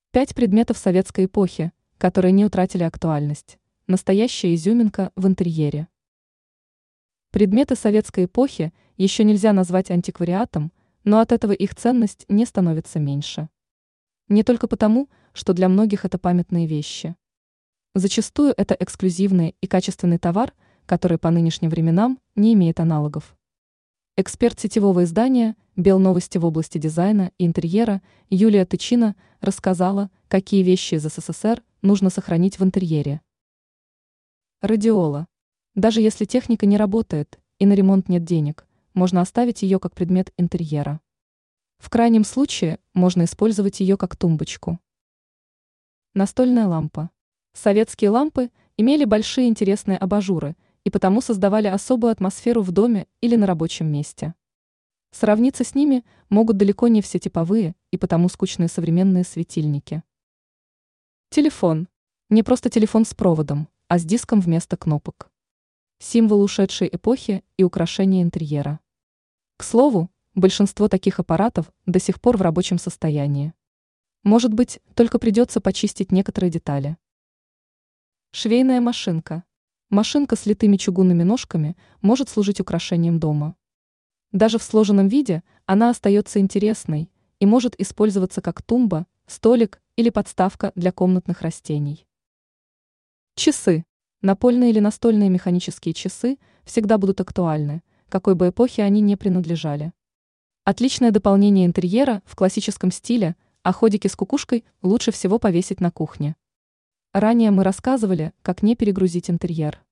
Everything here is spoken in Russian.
5 предметов советской эпохи, которые не утратили актуальность. Настоящая изюминка в интерьере. Предметы советской эпохи еще нельзя назвать антиквариатом, но от этого их ценность не становится меньше. Не только потому, что для многих это памятные вещи. Зачастую это эксклюзивный и качественный товар, который по нынешним временам не имеет аналогов. Эксперт сетевого издания «Белновости» в области дизайна и интерьера Юлия Тычина рассказала, какие вещи из СССР нужно сохранить в интерьере. Радиола. Даже если техника не работает и на ремонт нет денег, можно оставить ее как предмет интерьера. В крайнем случае можно использовать ее как тумбочку. Настольная лампа. Советские лампы имели большие интересные абажуры и потому создавали особую атмосферу в доме или на рабочем месте. Сравниться с ними могут далеко не все типовые и потому скучные современные светильники. Телефон. Не просто телефон с проводом, а с диском вместо кнопок. Символ ушедшей эпохи и украшение интерьера. К слову, большинство таких аппаратов до сих пор в рабочем состоянии. Может быть, только придется почистить некоторые детали. Швейная машинка. Машинка с литыми чугунными ножками может служить украшением дома. Даже в сложенном виде она остается интересной и может использоваться как тумба, столик или подставка для комнатных растений. Часы. Напольные или настольные механические часы всегда будут актуальны, какой бы эпохе они ни принадлежали. Отличное дополнение интерьера в классическом стиле, а ходики с кукушкой лучше всего повесить на кухне. Ранее мы рассказывали, как не перегрузить интерьер.